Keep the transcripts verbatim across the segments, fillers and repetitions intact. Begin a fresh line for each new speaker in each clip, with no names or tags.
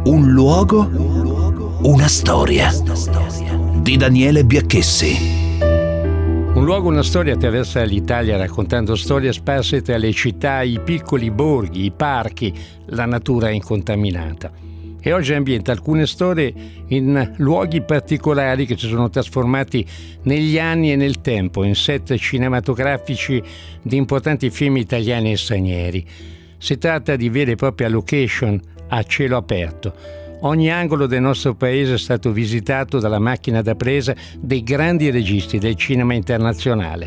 Un luogo, una storia. Di Daniele Biacchessi.
Un luogo, una storia attraversa l'Italia raccontando storie sparse tra le città, i piccoli borghi, i parchi, la natura incontaminata. E oggi ambienta alcune storie in luoghi particolari che si sono trasformati negli anni e nel tempo in set cinematografici di importanti film italiani e stranieri. Si tratta di vere e proprie location a cielo aperto. Ogni angolo del nostro paese è stato visitato dalla macchina da presa dei grandi registi del cinema internazionale.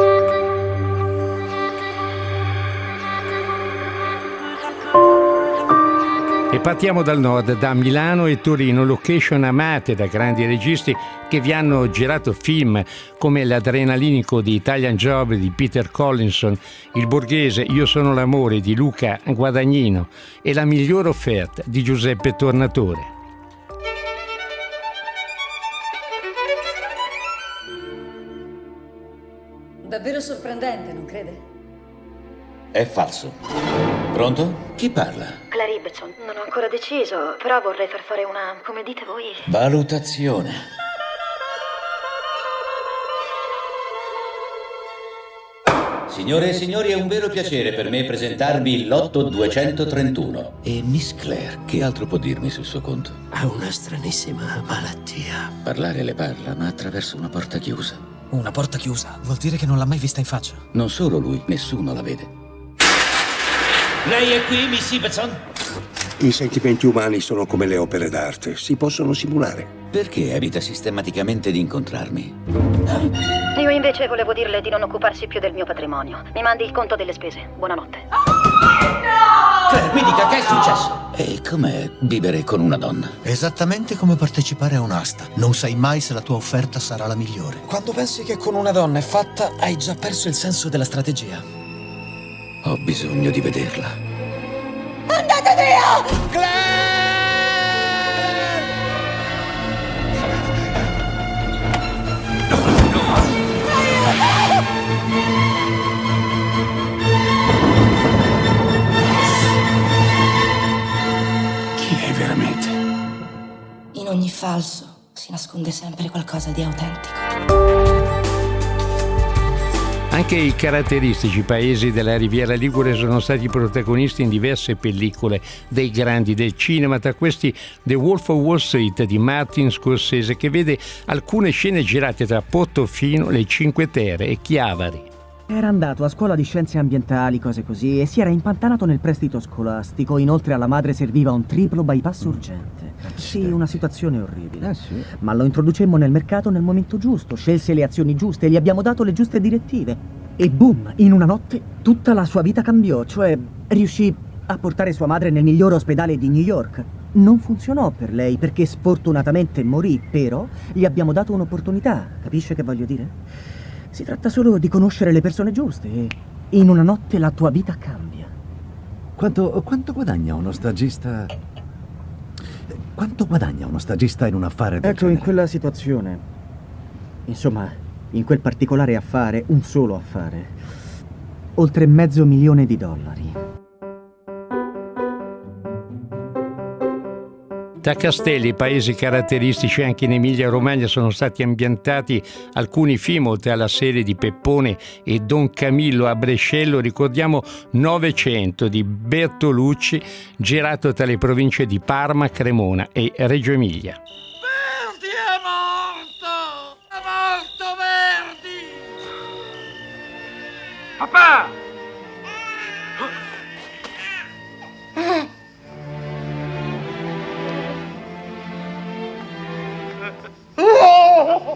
E partiamo dal nord, da Milano e Torino, location amate da grandi registi che vi hanno girato film come l'adrenalinico di Italian Job di Peter Collinson, il borghese Io sono l'amore di Luca Guadagnino e La migliore offerta di Giuseppe Tornatore.
Davvero sorprendente, non crede?
È falso. Pronto? Chi parla?
Claire Ibbetson. Non ho ancora deciso, però vorrei far fare una, come dite voi...
Valutazione. Signore e signori, è un vero piacere per me presentarvi il lotto duecentotrentuno. E Miss Claire, che altro può dirmi sul suo conto?
Ha una stranissima malattia.
Parlare le parla, ma attraverso una porta chiusa.
Una porta chiusa? Vuol dire che non l'ha mai vista in faccia?
Non solo lui, nessuno la vede. Lei è qui, Miss Ibbetson?
I sentimenti umani sono come le opere d'arte, si possono simulare.
Perché evita sistematicamente di incontrarmi?
Io invece volevo dirle di non occuparsi più del mio patrimonio. Mi mandi il conto delle spese. Buonanotte.
Claire, mi dica, che è successo? E com'è vivere con una donna?
Esattamente come partecipare a un'asta. Non sai mai se la tua offerta sarà la migliore. Quando pensi che con una donna è fatta, hai già perso il senso della strategia.
Ho bisogno di vederla.
Andate via!
Claire!
Chi è veramente?
In ogni falso si nasconde sempre qualcosa di autentico.
Anche i caratteristici paesi della Riviera Ligure sono stati protagonisti in diverse pellicole dei grandi del cinema, tra questi The Wolf of Wall Street di Martin Scorsese, che vede alcune scene girate tra Portofino, le Cinque Terre e Chiavari.
Era andato a scuola di scienze ambientali, cose così, e si era impantanato nel prestito scolastico. Inoltre alla madre serviva un triplo bypass urgente. Sì, una situazione orribile.
Ah, sì.
Ma lo introducemmo nel mercato nel momento giusto, scelse le azioni giuste, gli abbiamo dato le giuste direttive. E boom, in una notte tutta la sua vita cambiò, cioè riuscì a portare sua madre nel miglior ospedale di New York. Non funzionò per lei perché sfortunatamente morì, però gli abbiamo dato un'opportunità, capisce che voglio dire? Si tratta solo di conoscere le persone giuste e in una notte la tua vita cambia.
Quanto, quanto guadagna uno stagista? Quanto guadagna uno stagista in un affare del
Ecco,
genere?
in quella situazione, insomma, in quel particolare affare, un solo affare, oltre mezzo milione di dollari.
Tra castelli e paesi caratteristici anche in Emilia-Romagna sono stati ambientati alcuni film, oltre alla serie di Peppone e Don Camillo a Brescello. Ricordiamo Novecento di Bertolucci, girato tra le province di Parma, Cremona e Reggio Emilia.
Verdi è morto! È morto Verdi! Papà! Oh!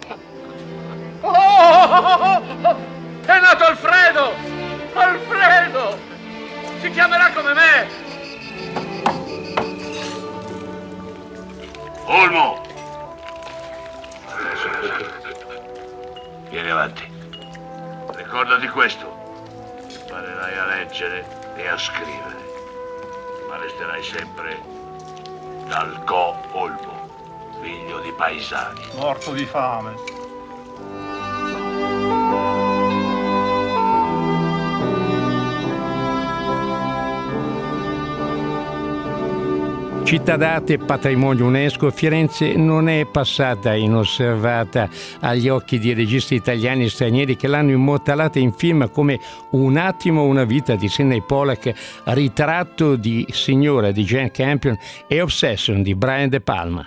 Oh! È nato Alfredo! Alfredo! Si chiamerà come me!
Olmo! Vieni avanti. Ricordati questo. Imparerai a leggere e a scrivere, ma resterai sempre Dalgò Olmo, figlio di paesani.
Morto di fame.
Città d'arte, patrimonio UNESCO, Firenze non è passata inosservata agli occhi di registi italiani e stranieri che l'hanno immortalata in film come Un attimo, una vita di Sidney Pollack, Ritratto di signora di Jane Campion e Obsession di Brian De Palma.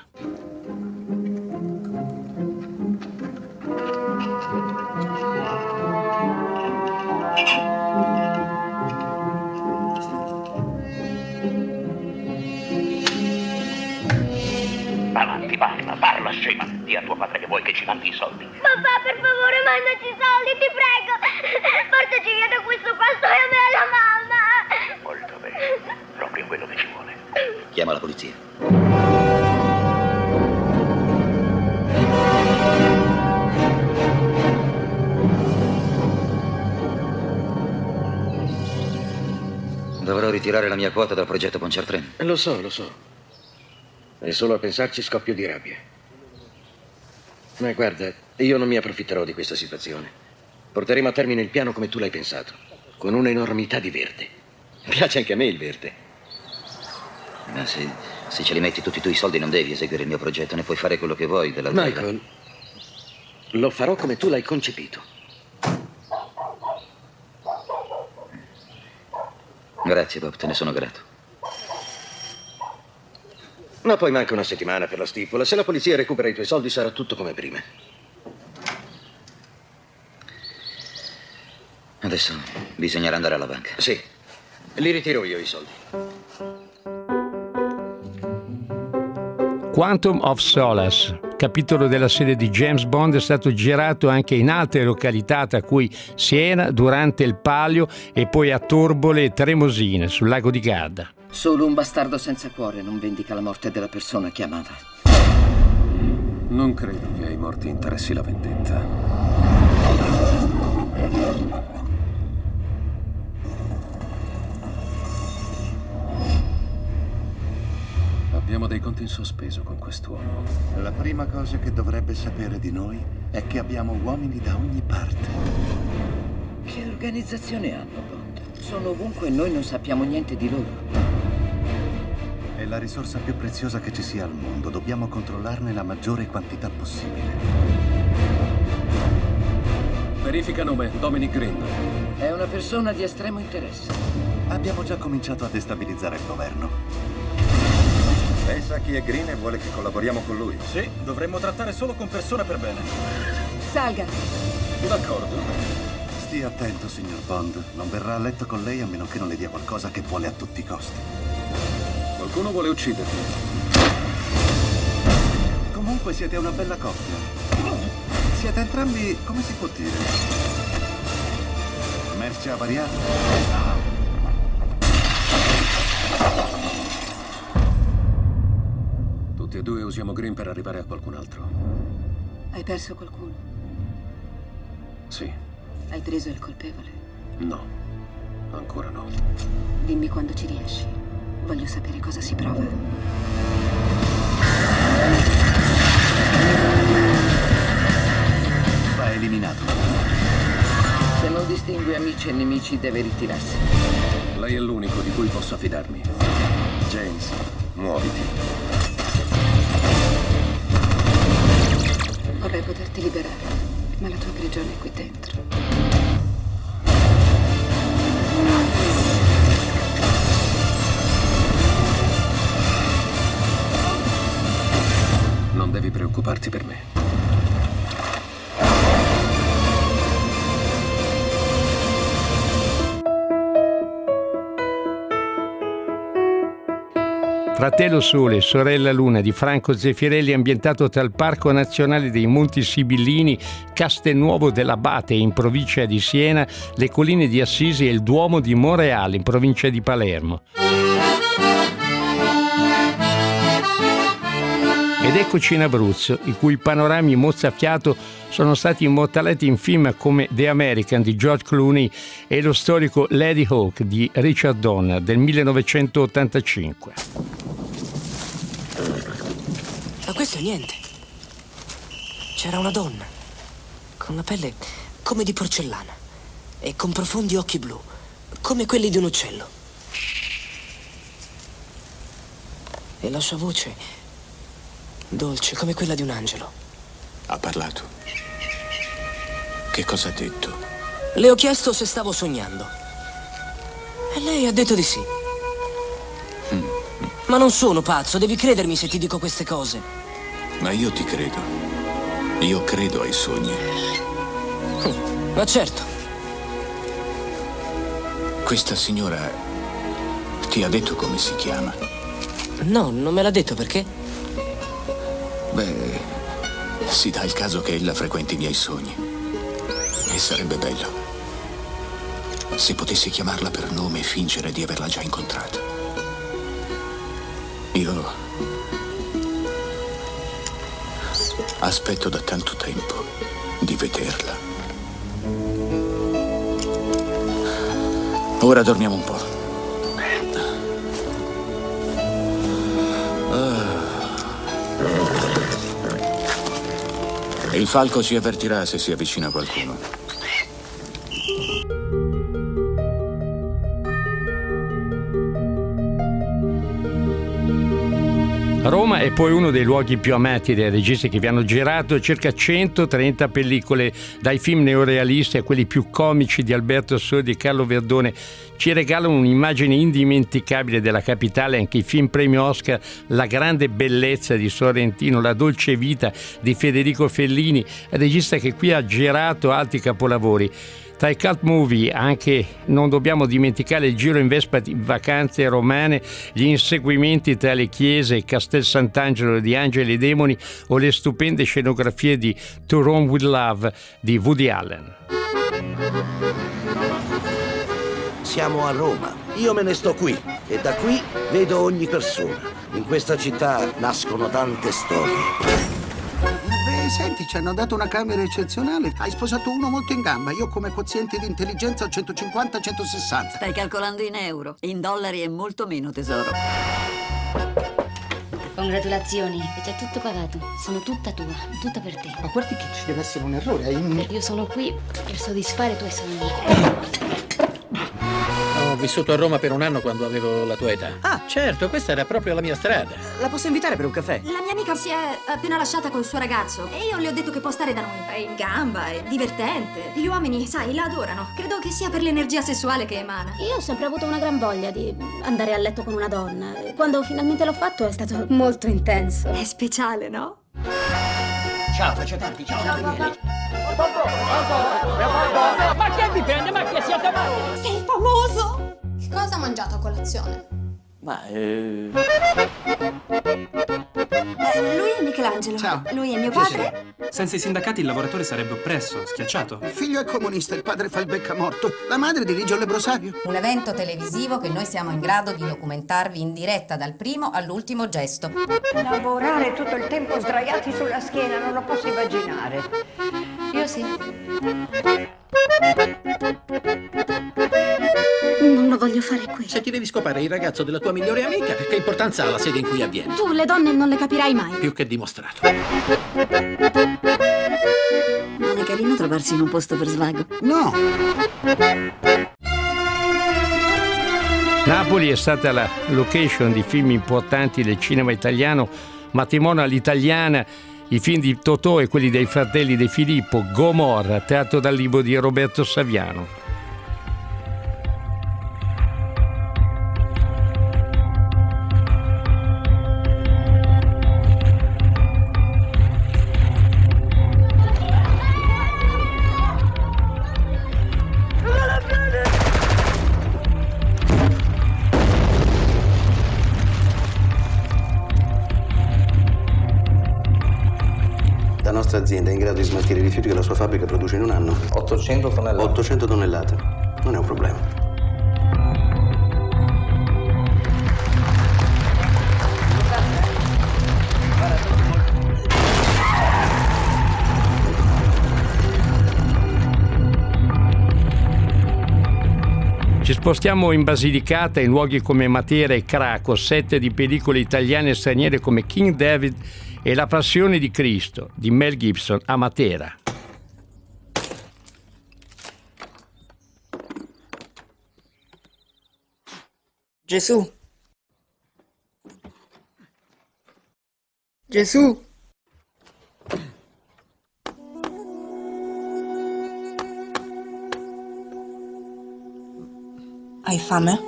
Avanti, parla, parla, scema. Dì a tuo padre che vuoi che ci mandi i soldi.
Papà, per favore, mandaci i soldi, ti prego. Portaci via da questo posto e a me e alla mamma.
Molto bene, proprio quello che ci vuole.
Chiama la polizia. Dovrò ritirare la mia quota dal progetto Pontchartrain.
Lo so, lo so. E solo a pensarci scoppio di rabbia. Ma guarda, io non mi approfitterò di questa situazione. Porteremo a termine il piano come tu l'hai pensato, con un'enormità di verde. Piace anche a me il verde.
Ma se, se ce li metti tutti tu i soldi non devi eseguire il mio progetto, ne puoi fare quello che vuoi della terra.
Michael, lo farò come tu l'hai concepito.
Grazie, Bob, te ne sono grato.
Ma poi manca una settimana per la stipula. Se la polizia recupera i tuoi soldi sarà tutto come prima.
Adesso bisognerà andare alla banca.
Sì, li ritiro io i soldi.
Quantum of Solace, capitolo della serie di James Bond, è stato girato anche in altre località, tra cui Siena durante il Palio e poi a Torbole e Tremosine sul lago di Garda.
Solo un bastardo senza cuore non vendica la morte della persona che amava.
Non credo che ai morti interessi la vendetta. Abbiamo dei conti in sospeso con quest'uomo.
La prima cosa che dovrebbe sapere di noi è che abbiamo uomini da ogni parte.
Che organizzazione hanno, Bond? Sono ovunque e noi non sappiamo niente di loro.
È la risorsa più preziosa che ci sia al mondo. Dobbiamo controllarne la maggiore quantità possibile.
Verifica nome, Dominic Green.
È una persona di estremo interesse.
Abbiamo già cominciato a destabilizzare il governo.
Lei sa chi è Green e vuole che collaboriamo con lui?
Sì, dovremmo trattare solo con persone per bene.
Salga.
D'accordo.
Stia attento, signor Bond. Non verrà a letto con lei a meno che non le dia qualcosa che vuole a tutti i costi.
Qualcuno vuole ucciderti.
Comunque siete una bella coppia. Siete entrambi, come si può dire, merce avariata.
Tutti e due usiamo Green per arrivare a qualcun altro.
Hai perso qualcuno?
Sì.
Hai preso il colpevole?
No, ancora no.
Dimmi quando ci riesci. Voglio sapere cosa si prova.
Va eliminato.
Se non distingue amici e nemici deve ritirarsi.
Lei è l'unico di cui posso fidarmi.
James, muoviti.
Vorrei poterti liberare, ma la tua prigione è qui dentro.
Non devi preoccuparti per me.
Fratello Sole, sorella Luna di Franco Zeffirelli, ambientato tra il Parco Nazionale dei Monti Sibillini, Castelnuovo dell'Abate in provincia di Siena, le colline di Assisi e il Duomo di Monreale in provincia di Palermo. Ed eccoci in Abruzzo, i cui panorami mozzafiato sono stati immortalati in film come The American di George Clooney e lo storico Lady Hawk di Richard Donner del millenovecentottantacinque.
Ma questo è niente. C'era una donna, con la pelle come di porcellana e con profondi occhi blu, come quelli di un uccello. E la sua voce, dolce come quella di un angelo.
Ha parlato? Che cosa ha detto?
Le ho chiesto se stavo sognando. E lei ha detto di sì.
Mm.
Ma non sono pazzo, devi credermi se ti dico queste cose.
Ma io ti credo. Io credo ai sogni.
Mm. Ma certo.
Questa signora ti ha detto come si chiama?
No, non me l'ha detto, perché?
Beh, si dà il caso che ella frequenti i miei sogni. E sarebbe bello se potessi chiamarla per nome e fingere di averla già incontrata. Io aspetto da tanto tempo di vederla. Ora dormiamo un po'. Il falco ci avvertirà se si avvicina qualcuno.
Roma è poi uno dei luoghi più amati dai registi che vi hanno girato circa centotrenta pellicole, dai film neorealisti a quelli più comici di Alberto Sordi e Carlo Verdone. Ci regalano un'immagine indimenticabile della capitale anche i film premio Oscar La grande bellezza di Sorrentino, La dolce vita di Federico Fellini, regista che qui ha girato altri capolavori. Tra i cult movie anche non dobbiamo dimenticare il giro in Vespa di vacanze romane, gli inseguimenti tra le chiese e Castel Sant'Angelo di Angeli e Demoni o le stupende scenografie di To Rome with Love di Woody Allen.
Siamo a Roma, io me ne sto qui e da qui vedo ogni persona. In questa città nascono tante storie.
Beh, senti, ci hanno dato una camera eccezionale. Hai sposato uno molto in gamba. Io come quoziente di intelligenza ho centocinquanta centosessanta.
Stai calcolando in euro. In dollari è molto meno, tesoro.
Congratulazioni, è già tutto pagato. Sono tutta tua, tutta per te.
Ma guardi che ci deve essere un errore. Hai un...
Io sono qui per soddisfare i tuoi sogni.
Ho vissuto a Roma per un anno quando avevo la tua età.
Ah,
certo, questa era proprio la mia strada.
La posso invitare per un caffè?
La mia amica si è appena lasciata col suo ragazzo e io le ho detto che può stare da noi. È in gamba, è divertente. Gli uomini, sai, la adorano. Credo che sia per l'energia sessuale che emana.
Io ho sempre avuto una gran voglia di andare a letto con una donna. Quando finalmente l'ho fatto è stato molto intenso.
È speciale, no?
Ciao, faccio tanti, ciao, Gabriele.
Ma che dipende? Ma che siete voi?
Sei famoso!
Che cosa ha mangiato a colazione?
Ma, eh...
eh lui è Michelangelo.
Ciao.
Lui è mio padre.
Senza i sindacati il lavoratore sarebbe oppresso, schiacciato.
Il figlio è comunista, il padre fa il beccamorto. La madre dirige il lebbrosario.
Un evento televisivo che noi siamo in grado di documentarvi in diretta dal primo all'ultimo gesto.
Lavorare tutto il tempo sdraiati sulla schiena, non lo posso immaginare.
Io sì. Non lo voglio fare qui.
Se ti devi scopare il ragazzo della tua migliore amica, che importanza ha la sede in cui avviene?
Tu le donne non le capirai mai.
Più che dimostrato.
Non è carino trovarsi in un posto per svago?
No.
Napoli è stata la location di film importanti del cinema italiano, Matrimonio all'italiana, i film di Totò e quelli dei fratelli De Filippo, Gomorra, tratto dal libro di Roberto Saviano.
La nostra azienda è in grado di smaltire i rifiuti che la sua fabbrica produce in un anno.
ottocento tonnellate.
ottocento tonnellate. Non è un problema.
Ci spostiamo in Basilicata, in luoghi come Matera e Craco, set di pellicole italiane e straniere come King David e La passione di Cristo di Mel Gibson a Matera.
Gesù.
Gesù!
Hai fame?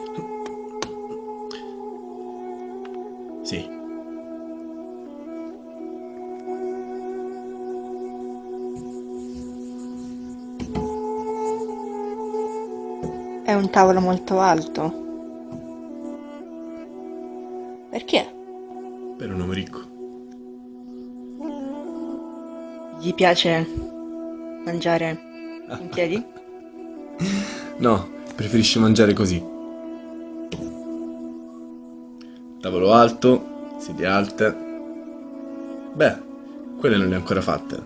Sì.
È un tavolo molto alto. Perché?
Per un uomo ricco.
Gli piace mangiare in piedi?
No, preferisce mangiare così. Tavolo alto, sedie alte. Beh, quelle non le ho ancora fatte.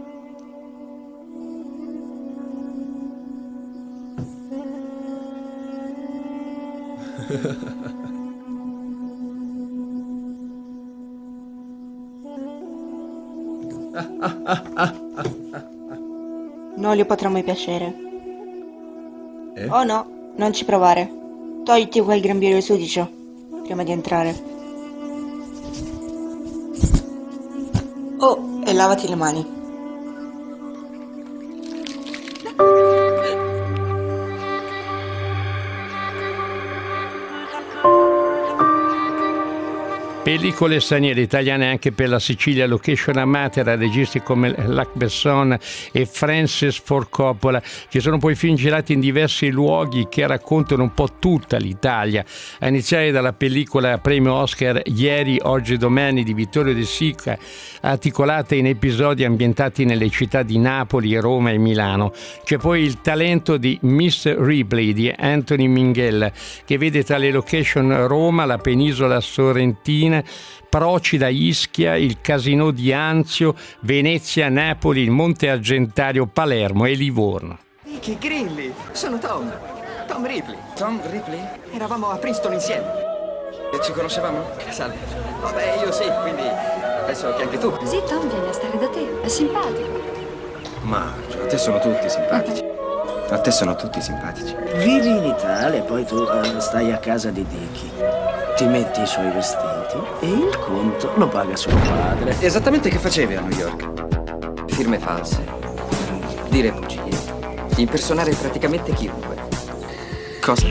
Non gli potrà mai piacere.
Eh?
Oh no, non ci provare. Togliti quel grembiule sudicio prima di entrare. Oh, e lavati le mani.
Pellicole straniere italiane anche per la Sicilia, location a Matera, registi come Luc Besson e Francis Ford Coppola. Ci sono poi film girati in diversi luoghi che raccontano un po' tutta l'Italia, a iniziare dalla pellicola premio Oscar Ieri, Oggi, Domani di Vittorio De Sica, articolata in episodi ambientati nelle città di Napoli, Roma e Milano. C'è poi Il talento di mister Ripley di Anthony Minghella, che vede tra le location Roma, la penisola sorrentina, Procida, Ischia, il Casinò di Anzio, Venezia, Napoli, il Monte Argentario, Palermo e Livorno.
Vicky Grilli, sono Tom. Tom Ripley. Tom Ripley? Eravamo a Princeton insieme. E ci conoscevamo? Salve. Vabbè, io sì, quindi penso che anche tu.
Sì, Tom viene a stare da te, è simpatico.
Ma cioè, a te sono tutti simpatici. A te sono tutti simpatici.
Vivi in Italia e poi tu uh, stai a casa di Dicky. Ti metti i suoi vestiti e il conto lo paga suo padre.
Esattamente che facevi a New York? Firme false, dire bugie, impersonare praticamente chiunque. Cosa?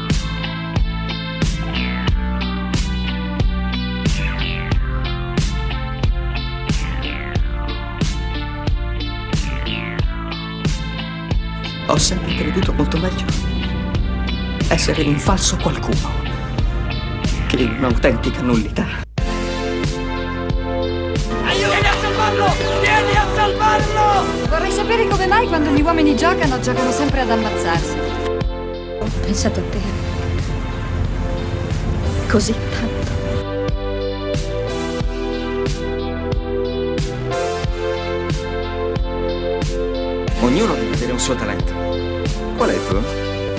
Ho sempre creduto molto meglio essere un falso qualcuno che un'autentica nullità.
Vieni a salvarlo! Vieni a salvarlo! Vorrei sapere come mai quando gli uomini giocano, giocano sempre ad ammazzarsi. Ho pensato a te così tanto.
Ognuno deve avere un suo talento. Qual è il tuo?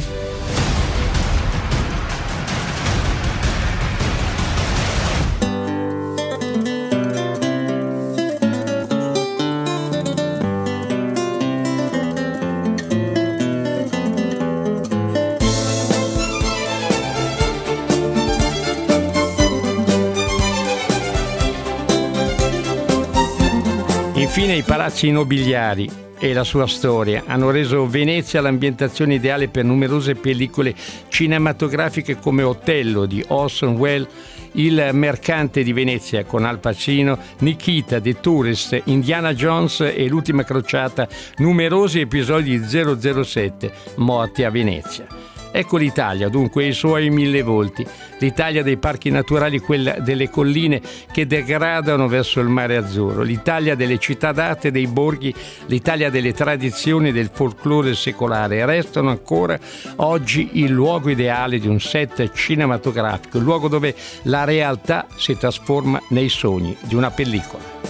Infine i palazzi nobiliari e la sua storia hanno reso Venezia l'ambientazione ideale per numerose pellicole cinematografiche come Otello di Orson Welles, Il mercante di Venezia con Al Pacino, Nikita, The Tourist, Indiana Jones e L'ultima crociata, numerosi episodi di zero zero sette, Morti a Venezia. Ecco l'Italia, dunque, i suoi mille volti. L'Italia dei parchi naturali, quella delle colline che degradano verso il mare azzurro. L'Italia delle città d'arte e dei borghi, l'Italia delle tradizioni e del folklore secolare. Restano ancora oggi il luogo ideale di un set cinematografico, il luogo dove la realtà si trasforma nei sogni di una pellicola.